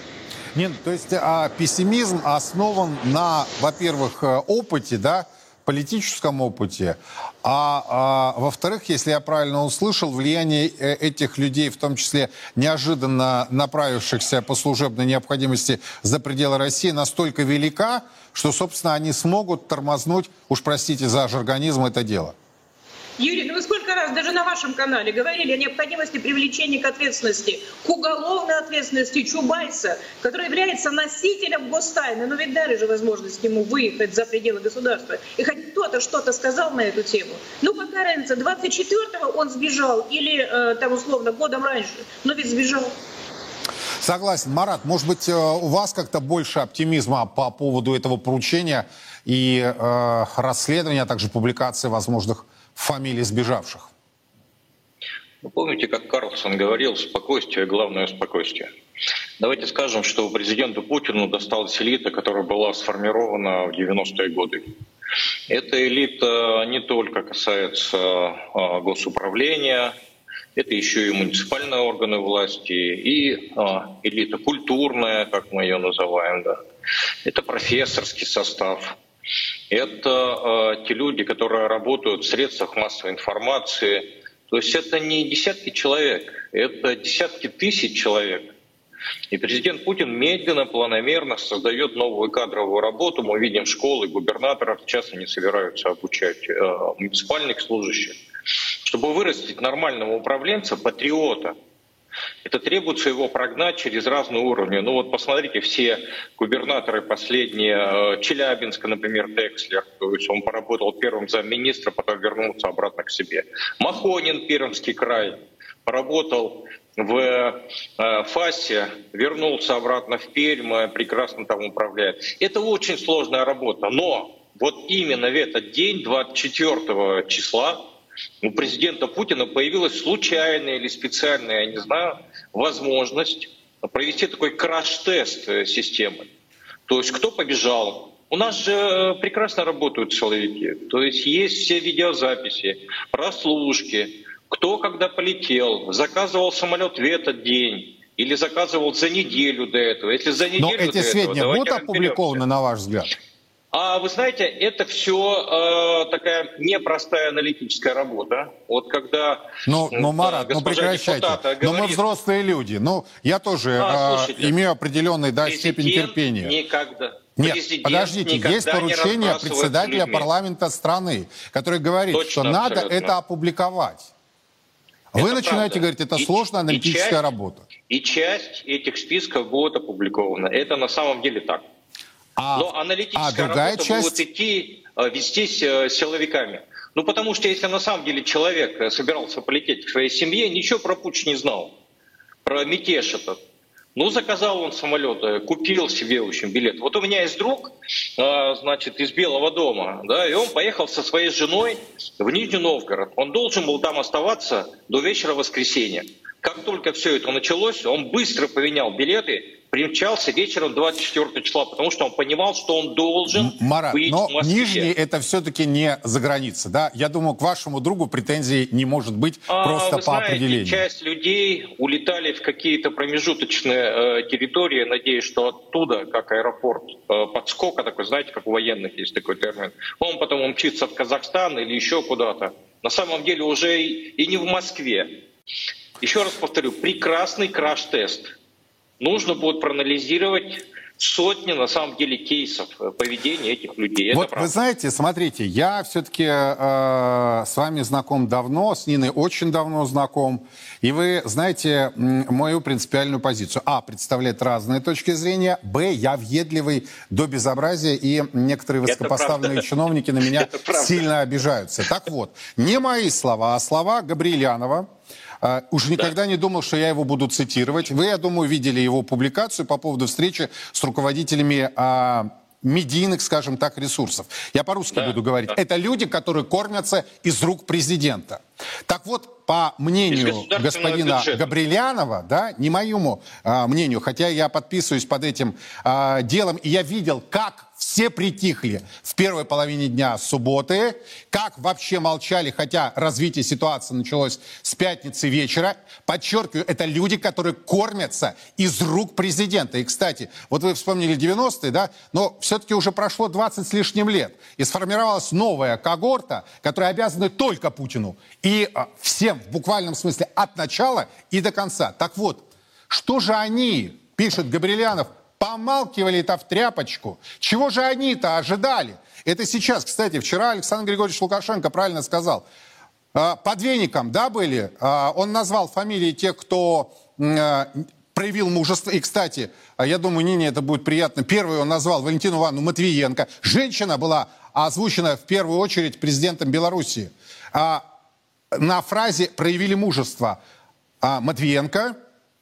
Нет, то есть а, пессимизм основан на, во-первых, опыте, да, политическом опыте, а, а во-вторых, если я правильно услышал, влияние этих людей, в том числе неожиданно направившихся по служебной необходимости за пределы России, настолько велика, что, собственно, они смогут тормознуть, уж простите за жаргонизм, это дело. Юрий, ну вы сколько раз даже на вашем канале говорили о необходимости привлечения к ответственности, к уголовной ответственности Чубайса, который является носителем гостайны. Но ведь дали же возможность ему выехать за пределы государства. И хоть кто-то что-то сказал на эту тему. Ну какая разница, двадцать четвёртого он сбежал или э, там условно годом раньше, но ведь сбежал. Согласен. Марат, может быть, у вас как-то больше оптимизма по поводу этого поручения и э, расследования, а также публикации возможных фамилий сбежавших? Вы помните, как Карлсон говорил, спокойствие, главное спокойствие. Давайте скажем, что президенту Путину досталась элита, которая была сформирована в девяностые годы. Эта элита не только касается госуправления, это еще и муниципальные органы власти, и элита культурная, как мы ее называем, да. Это профессорский состав. Это э, те люди, которые работают в средствах массовой информации. То есть это не десятки человек, это десятки тысяч человек. И президент Путин медленно, планомерно создает новую кадровую работу. Мы видим школы губернаторов, сейчас они собираются обучать э, муниципальных служащих. Чтобы вырастить нормального управленца, патриота, это требуется его прогнать через разные уровни. Ну вот посмотрите, все губернаторы последние, Челябинска, например, Текслер, то есть он поработал первым замминистра, потом вернулся обратно к себе. Махонин, Пермский край, поработал в ФАСе, вернулся обратно в Пермь, прекрасно там управляет. Это очень сложная работа, но вот именно в этот день, двадцать четвёртого числа, у президента Путина появилась случайная или специальная, я не знаю, возможность провести такой краш-тест системы. То есть кто побежал? У нас же прекрасно работают силовики. То есть есть все видеозаписи, прослушки, кто когда полетел, заказывал самолет в этот день или заказывал за неделю до этого. Если за неделю Но эти до этого, сведения будут разберемся. опубликованы, на ваш взгляд? А вы знаете, это все э, такая непростая аналитическая работа. Вот когда Ну, ну Марат, э, ну прекращайте. говорит, Но мы взрослые люди. Ну, я тоже А, э, имею определенную да, степень терпения. Никогда. Нет, Президент подождите, никогда есть не поручение разбрасывается председателя людьми. парламента страны, который говорит, Точно, что надо абсолютно. это опубликовать. Вы Это начинаете правда. говорить, это И- сложная и аналитическая часть- работа. И часть этих списков будет опубликована. Это на самом деле так. А, Но аналитическая а другая работа часть? будет идти, э, вестись э, силовиками. Ну, потому что если на самом деле человек э, собирался полететь к своей семье, ничего про путч не знал, про мятеж этот. Ну, заказал он самолет, э, купил себе, в общем, билет. Вот у меня есть друг, э, значит, из Белого дома, да, и он поехал со своей женой в Нижний Новгород. Он должен был там оставаться до вечера воскресенья. Как только все это началось, он быстро поменял билеты, примчался вечером двадцать четвёртого числа, потому что он понимал, что он должен Марат, быть но в Москве. Нижний это все-таки не за границей, да? Я думаю, к вашему другу претензий не может быть А, просто вы по знаете, определению. часть людей улетали в какие-то промежуточные э, территории, надеясь, что оттуда, как аэропорт э, подскока такой, знаете, как у военных есть такой термин, он потом умчится в Казахстан или еще куда-то. На самом деле уже и, и не в Москве. Еще раз повторю, прекрасный краш-тест. Нужно будет проанализировать сотни, на самом деле, кейсов поведения этих людей. Это Вот правда. вы знаете, смотрите, я все-таки э, с вами знаком давно, с Ниной очень давно знаком. И вы знаете м, мою принципиальную позицию. А, представляет разные точки зрения. Б, я въедливый до безобразия. И некоторые высокопоставленные правда. чиновники на меня Это правда. сильно обижаются. Так вот, не мои слова, а слова Габрилянова. Uh, уж никогда не думал, что я его буду цитировать. Вы, я думаю, видели его публикацию по поводу встречи с руководителями uh, медийных, скажем так, ресурсов. Я по-русски Да, буду говорить. да. Это люди, которые кормятся из рук президента. Так вот, по мнению государственного господина бюджета. Габрилянова, да, не моему а, мнению, хотя я подписываюсь под этим а, делом, и я видел, как все притихли в первой половине дня субботы, как вообще молчали, хотя развитие ситуации началось с пятницы вечера. Подчеркиваю, это люди, которые кормятся из рук президента. И, кстати, вот вы вспомнили девяностые, да, но все-таки уже прошло двадцать с лишним лет, и сформировалась новая когорта, которая обязана только Путину. И а, всем, в буквальном смысле, от начала и до конца. Так вот, что же они, пишет Габрилянов, помалкивали-то в тряпочку? Чего же они-то ожидали? Это сейчас, кстати, вчера Александр Григорьевич Лукашенко правильно сказал. А, под веником, да, были? А, он назвал фамилии тех, кто а, проявил мужество. И, кстати, я думаю, Нине это будет приятно. Первый он назвал Валентину Ивановну Матвиенко. Женщина была озвучена в первую очередь президентом Белоруссии. А, на фразе «проявили мужество» а, Матвиенко,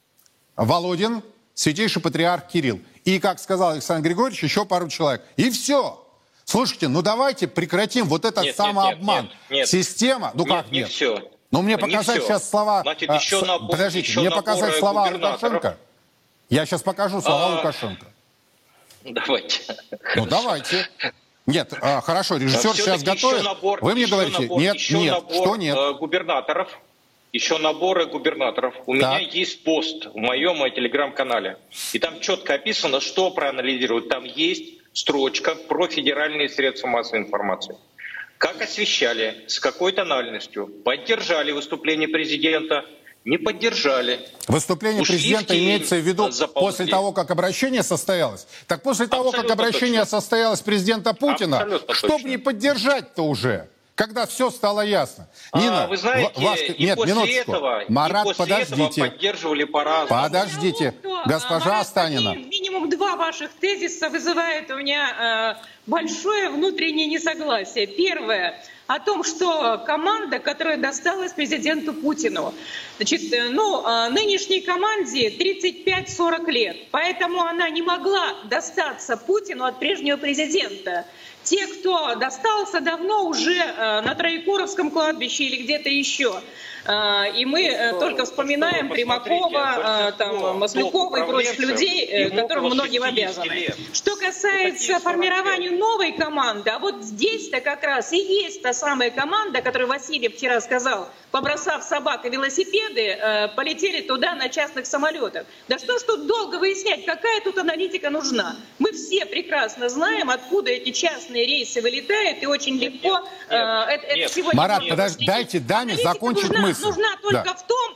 Володин, святейший патриарх Кирилл. И, как сказал Александр Григорьевич, еще пару человек. И все. Слушайте, ну давайте прекратим вот этот Нет, самообман. нет, нет, нет. Система, ну Нет, как не нет? все. Ну мне Не показать все. сейчас слова... Значит, а, еще с- набор- Подождите, еще мне набор показать слова губернаторов. Лукашенко? Я сейчас покажу слова А, Лукашенко. Давайте. Ну давайте. Нет, а, хорошо, режиссер Всё-таки сейчас готовит. еще набор- Вы мне еще говорите, набор- нет, еще нет, набор, что нет? э, губернаторов, еще наборы губернаторов. У меня есть пост в моем э, телеграм-канале. И там четко описано, что проанализировать. Там есть строчка про федеральные средства массовой информации. Как освещали, с какой тональностью, поддержали выступление президента, не поддержали. Выступление Ушли президента в тень, имеется в виду заползли. после того, как обращение состоялось. Так после того, как Абсолютно обращение точно. состоялось президента Путина, Абсолютно чтобы точно. не поддержать-то уже, когда все стало ясно. Нина, А, вы знаете, ва- ваш- и нет, после минуточку. этого, Марат, и после подождите. этого поддерживали по-разному. Подождите, Что, госпожа Марат, Останина. такие Минимум два ваших тезиса вызывает у меня э, большое внутреннее несогласие. Первое о том, что команда, которая досталась президенту Путину, значит, э, ну, э, нынешней команде тридцать пять сорок лет, поэтому она не могла достаться Путину от прежнего президента. Те, кто достался, давно уже э, на Троекуровском кладбище или где-то еще. Э, и мы э, только вспоминаем вы Примакова, э, там, Маслюкова и прочих управленцев людей, э, ему которым около многим шестидесяти обязаны. лет. Что Вот касается такие формирования новой команды, а вот здесь-то как раз и есть та самая команда, которую Васильев вчера сказал, побросав собак и велосипеды, э, полетели туда на частных самолетах. Да что ж тут долго выяснять, какая тут аналитика нужна? Мы все прекрасно знаем, откуда эти частные рейсы вылетают, и очень легко э, это, это сегодня... Марат, подожди, дайте даме закончить нужна, мысль. Нужна только да. в том,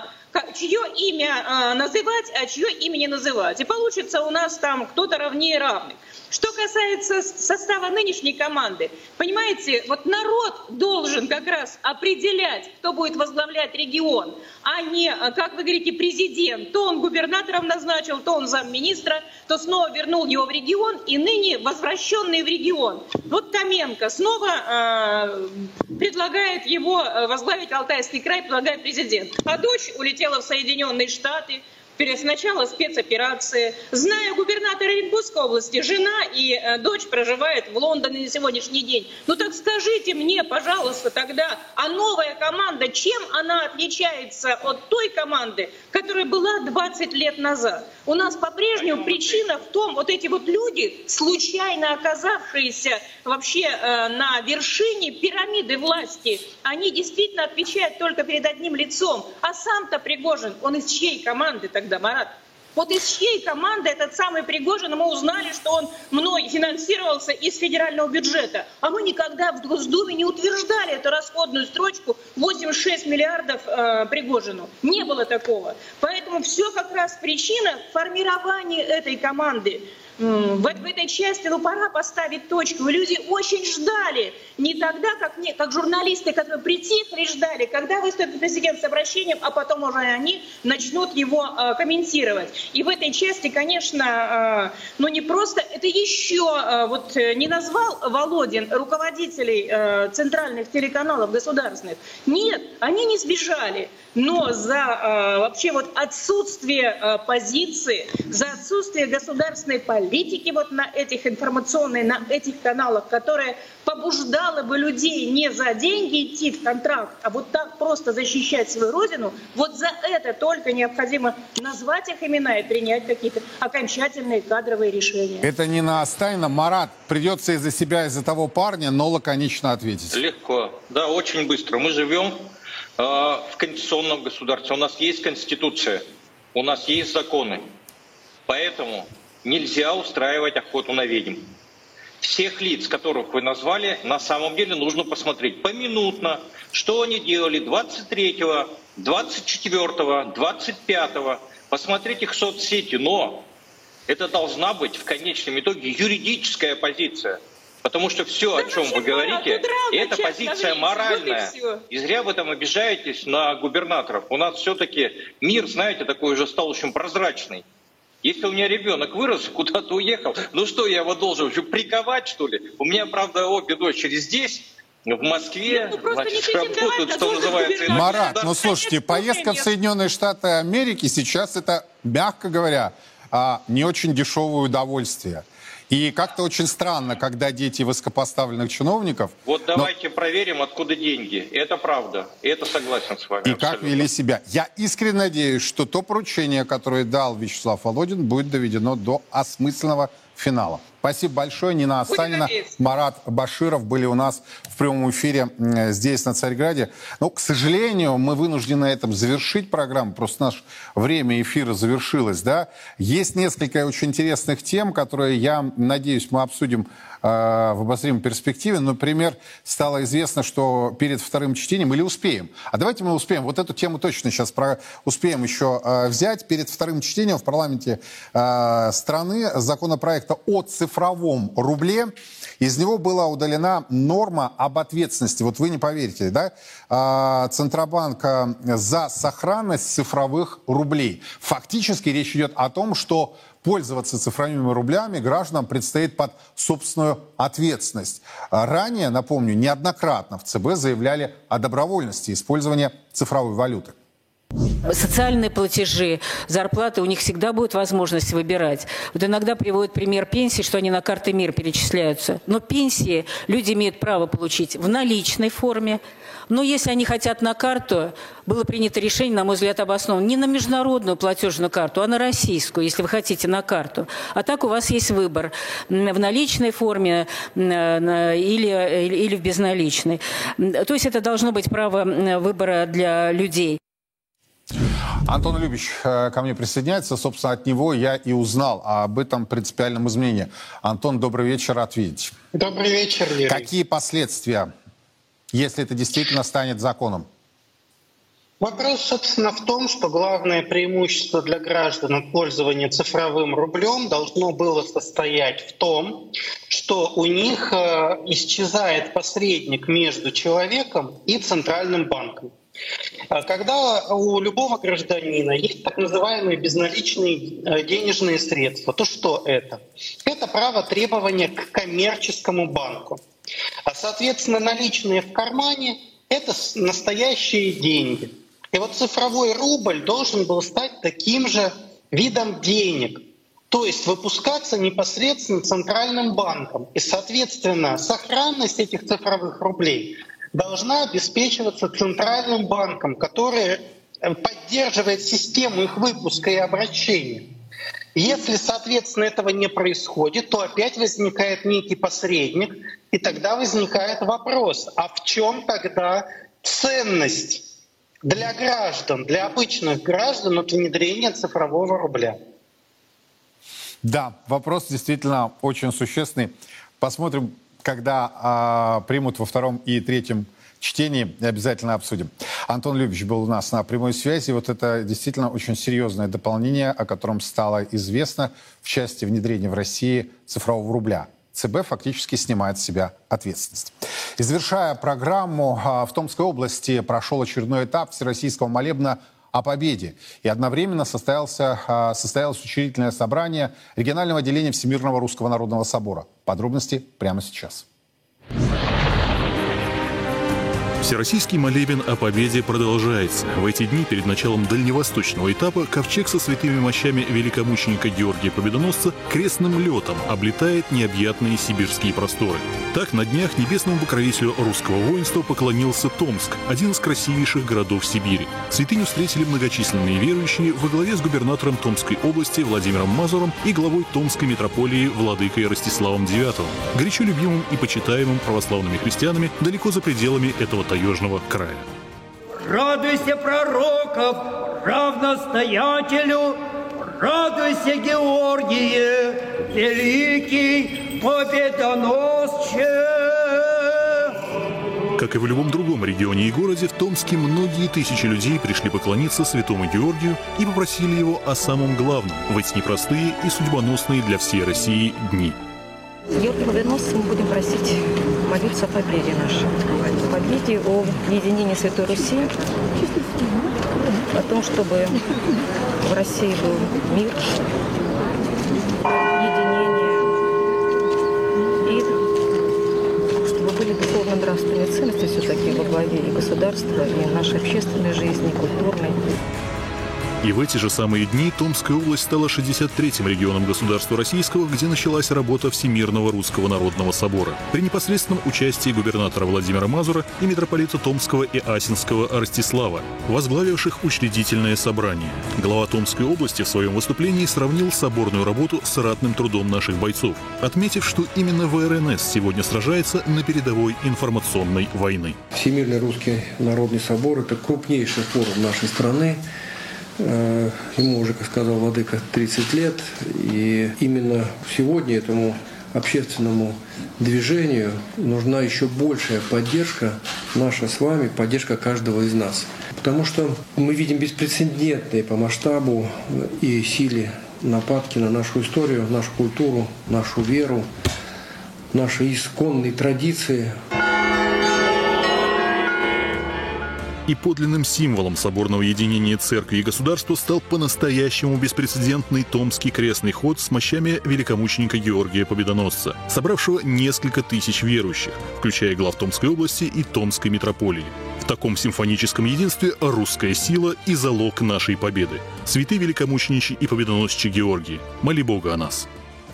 э, чье имя э, называть, а чье имя не называть. И получится у нас там кто-то равнее равных. Что касается состава нынешней команды, понимаете, вот народ должен как раз определять, кто будет возглавлять регион, а не, как вы говорите, президент. То он губернатором назначил, то он замминистра, то снова вернул его в регион, и ныне возвращенный в регион. Вот Томенко снова э, предлагает его возглавить Алтайский край, предлагает президент. А дочь улетела в Соединенные Штаты. Сначала спецоперации. Знаю губернатора Оренбургской области, жена и э, дочь проживает в Лондоне на сегодняшний день. Ну так скажите мне, пожалуйста, тогда, а новая команда, чем она отличается от той команды, которая была двадцать лет назад? У нас по-прежнему причина в том, вот эти вот люди, случайно оказавшиеся вообще э, на вершине пирамиды власти, они действительно отвечают только перед одним лицом. А сам-то Пригожин, он из чьей команды тогда? Марат. Вот из чьей команды этот самый Пригожин, мы узнали, что он мной финансировался из федерального бюджета. А мы никогда в Госдуме не утверждали эту расходную строчку восемьдесят шесть миллиардов э, Пригожину. Не было такого. Поэтому все как раз причина формирования этой команды. В этой части, ну, пора поставить точку. Люди очень ждали, не тогда, как, не, как журналисты, которые притихли, ждали, когда выступит президент с обращением, а потом уже они начнут его э, комментировать. И в этой части, конечно, э, ну не просто, это еще, э, вот не назвал Володин руководителей э, центральных телеканалов государственных. Нет, они не сбежали. Но за э, вообще вот отсутствие э, позиции, за отсутствие государственной политики вот на этих информационных, на этих каналах, которая побуждала бы людей не за деньги идти в контракт, а вот так просто защищать свою родину, вот за это только необходимо назвать их имена и принять какие-то окончательные кадровые решения. Это не настойно. Марат, придется из-за себя, из-за того парня, но лаконично ответить. Легко. Да, очень быстро. Мы живем в конституционном государстве. У нас есть конституция, у нас есть законы. Поэтому нельзя устраивать охоту на ведьм. Всех лиц, которых вы назвали, на самом деле нужно посмотреть поминутно, что они делали двадцать третьего, двадцать четвёртого, двадцать пятого. Посмотреть их соцсети. Но это должна быть в конечном итоге юридическая позиция. Потому что все, о чем вы говорите, это позиция моральная. И зря вы там обижаетесь на губернаторов. У нас все-таки мир, знаете, такой уже стал очень прозрачный. Если у меня ребенок вырос, куда-то уехал, ну что, я его должен еще приковать, что ли? У меня, правда, обе дочери здесь, в Москве, ну, значит, работают, что называется. Марат, ну слушайте, поездка в Соединенные Штаты Америки сейчас это, мягко говоря, не очень дешевое удовольствие. И как-то очень странно, когда дети высокопоставленных чиновников... Вот давайте но... проверим, откуда деньги. Это правда. И это согласен с вами. И абсолютно. Как вели себя. Я искренне надеюсь, что то поручение, которое дал Вячеслав Володин, будет доведено до осмысленного финала. Спасибо большое. Нина Останина, Марат Баширов были у нас в прямом эфире здесь, на Царьграде. Но, к сожалению, мы вынуждены на этом завершить программу. Просто наше время эфира завершилось. Да? Есть несколько очень интересных тем, которые, я надеюсь, мы обсудим э, в обозримой перспективе. Например, стало известно, что перед вторым чтением, или успеем, а давайте мы успеем, вот эту тему точно сейчас про, успеем еще э, взять. Перед вторым чтением в парламенте э, страны законопроекта о цифровом цифровом рубле, из него была удалена норма об ответственности. Вот вы не поверите, да? Центробанка за сохранность цифровых рублей. Фактически речь идет о том, что пользоваться цифровыми рублями гражданам предстоит под собственную ответственность. Ранее, напомню, неоднократно в ЦБ заявляли о добровольности использования цифровой валюты. Социальные платежи, зарплаты, у них всегда будет возможность выбирать. Вот иногда приводят пример пенсии, что они на карты МИР перечисляются. Но пенсии люди имеют право получить в наличной форме. Но если они хотят на карту, было принято решение, на мой взгляд, обоснованно, не на международную платежную карту, а на российскую, если вы хотите на карту. А так у вас есть выбор в наличной форме или, или в безналичной. То есть это должно быть право выбора для людей. Антон Любич ко мне присоединяется. Собственно, от него я и узнал об этом принципиальном изменении. Антон, добрый вечер, рад видеть. Добрый вечер, Юрий. Какие последствия, если это действительно станет законом? Вопрос, собственно, в том, что главное преимущество для граждан от пользования цифровым рублем должно было состоять в том, что у них исчезает посредник между человеком и центральным банком. Когда у любого гражданина есть так называемые безналичные денежные средства, то что это? Это право требования к коммерческому банку. А, соответственно, наличные в кармане — это настоящие деньги. И вот цифровой рубль должен был стать таким же видом денег, то есть выпускаться непосредственно центральным банком. И, соответственно, сохранность этих цифровых рублей должна обеспечиваться центральным банком, который поддерживает систему их выпуска и обращения. Если, соответственно, этого не происходит, то опять возникает некий посредник, и тогда возникает вопрос, а в чем тогда ценность для граждан, для обычных граждан от внедрения цифрового рубля? Да, вопрос действительно очень существенный. Посмотрим, когда а, примут во втором и третьем чтении, обязательно обсудим. Антон Любич был у нас на прямой связи. Вот это действительно очень серьезное дополнение, о котором стало известно в части внедрения в России цифрового рубля. ЦБ фактически снимает с себя ответственность. И завершая программу, в Томской области прошел очередной этап всероссийского молебна о победе. И одновременно состоялся, состоялось учредительное собрание регионального отделения Всемирного Русского Народного Собора. Подробности прямо сейчас. Всероссийский молебен о победе продолжается. В эти дни перед началом дальневосточного этапа ковчег со святыми мощами великомученика Георгия Победоносца крестным летом облетает необъятные сибирские просторы. Так, на днях небесному покровителю русского воинства поклонился Томск, один из красивейших городов Сибири. Святыню встретили многочисленные верующие во главе с губернатором Томской области Владимиром Мазуром и главой Томской митрополии владыкой Ростиславом девятым, горячо любимым и почитаемым православными христианами далеко за пределами этого таежного края. Радуйся, пророков, равностоятелю, радуйся, Георгие, великий победоносче. Как и в любом другом регионе и городе, в Томске многие тысячи людей пришли поклониться святому Георгию и попросили его о самом главном в эти непростые и судьбоносные для всей России дни. Георгия Победоносца мы будем просить молиться о победе нашей, о победе, о единении Святой Руси, о том, чтобы в России был мир, единение, и чтобы были духовно-нравственные ценности все-таки во главе и государства, и нашей общественной жизни, и культурной. И в эти же самые дни Томская область стала шестьдесят третьим регионом государства российского, где началась работа Всемирного Русского Народного Собора. При непосредственном участии губернатора Владимира Мазура и митрополита Томского и Асинского Ростислава, возглавивших учредительное собрание. Глава Томской области в своем выступлении сравнил соборную работу с ратным трудом наших бойцов, отметив, что именно вэ эр эн эс сегодня сражается на передовой информационной войны. Всемирный Русский Народный Собор – это крупнейший форум нашей страны. Ему уже, как сказал владыка, тридцать лет. И именно сегодня этому общественному движению нужна еще большая поддержка наша с вами, поддержка каждого из нас. Потому что мы видим беспрецедентные по масштабу и силе нападки на нашу историю, нашу культуру, нашу веру, наши исконные традиции. И подлинным символом соборного единения церкви и государства стал по-настоящему беспрецедентный Томский крестный ход с мощами великомученика Георгия Победоносца, собравшего несколько тысяч верующих, включая глав Томской области и Томской митрополии. В таком симфоническом единстве русская сила и залог нашей победы. Святый великомученичий и победоносче Георгий, моли Бога о нас.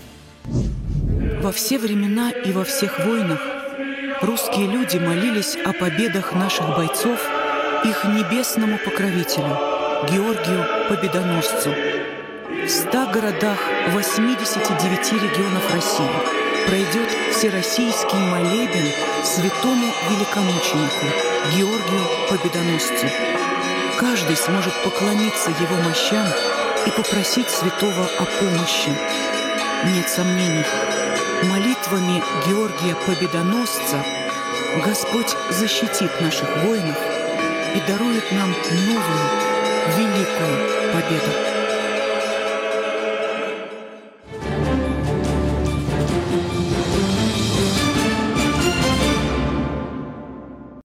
Во все времена и во всех войнах русские люди молились о победах наших бойцов их небесному покровителю, Георгию Победоносцу. В ста городах восьмидесяти девяти регионов России пройдет всероссийский молебен святому великомученику Георгию Победоносцу. Каждый сможет поклониться его мощам и попросить святого о помощи. Нет сомнений, молитвами Георгия Победоносца Господь защитит наших воинов и дарует нам новую великую победу.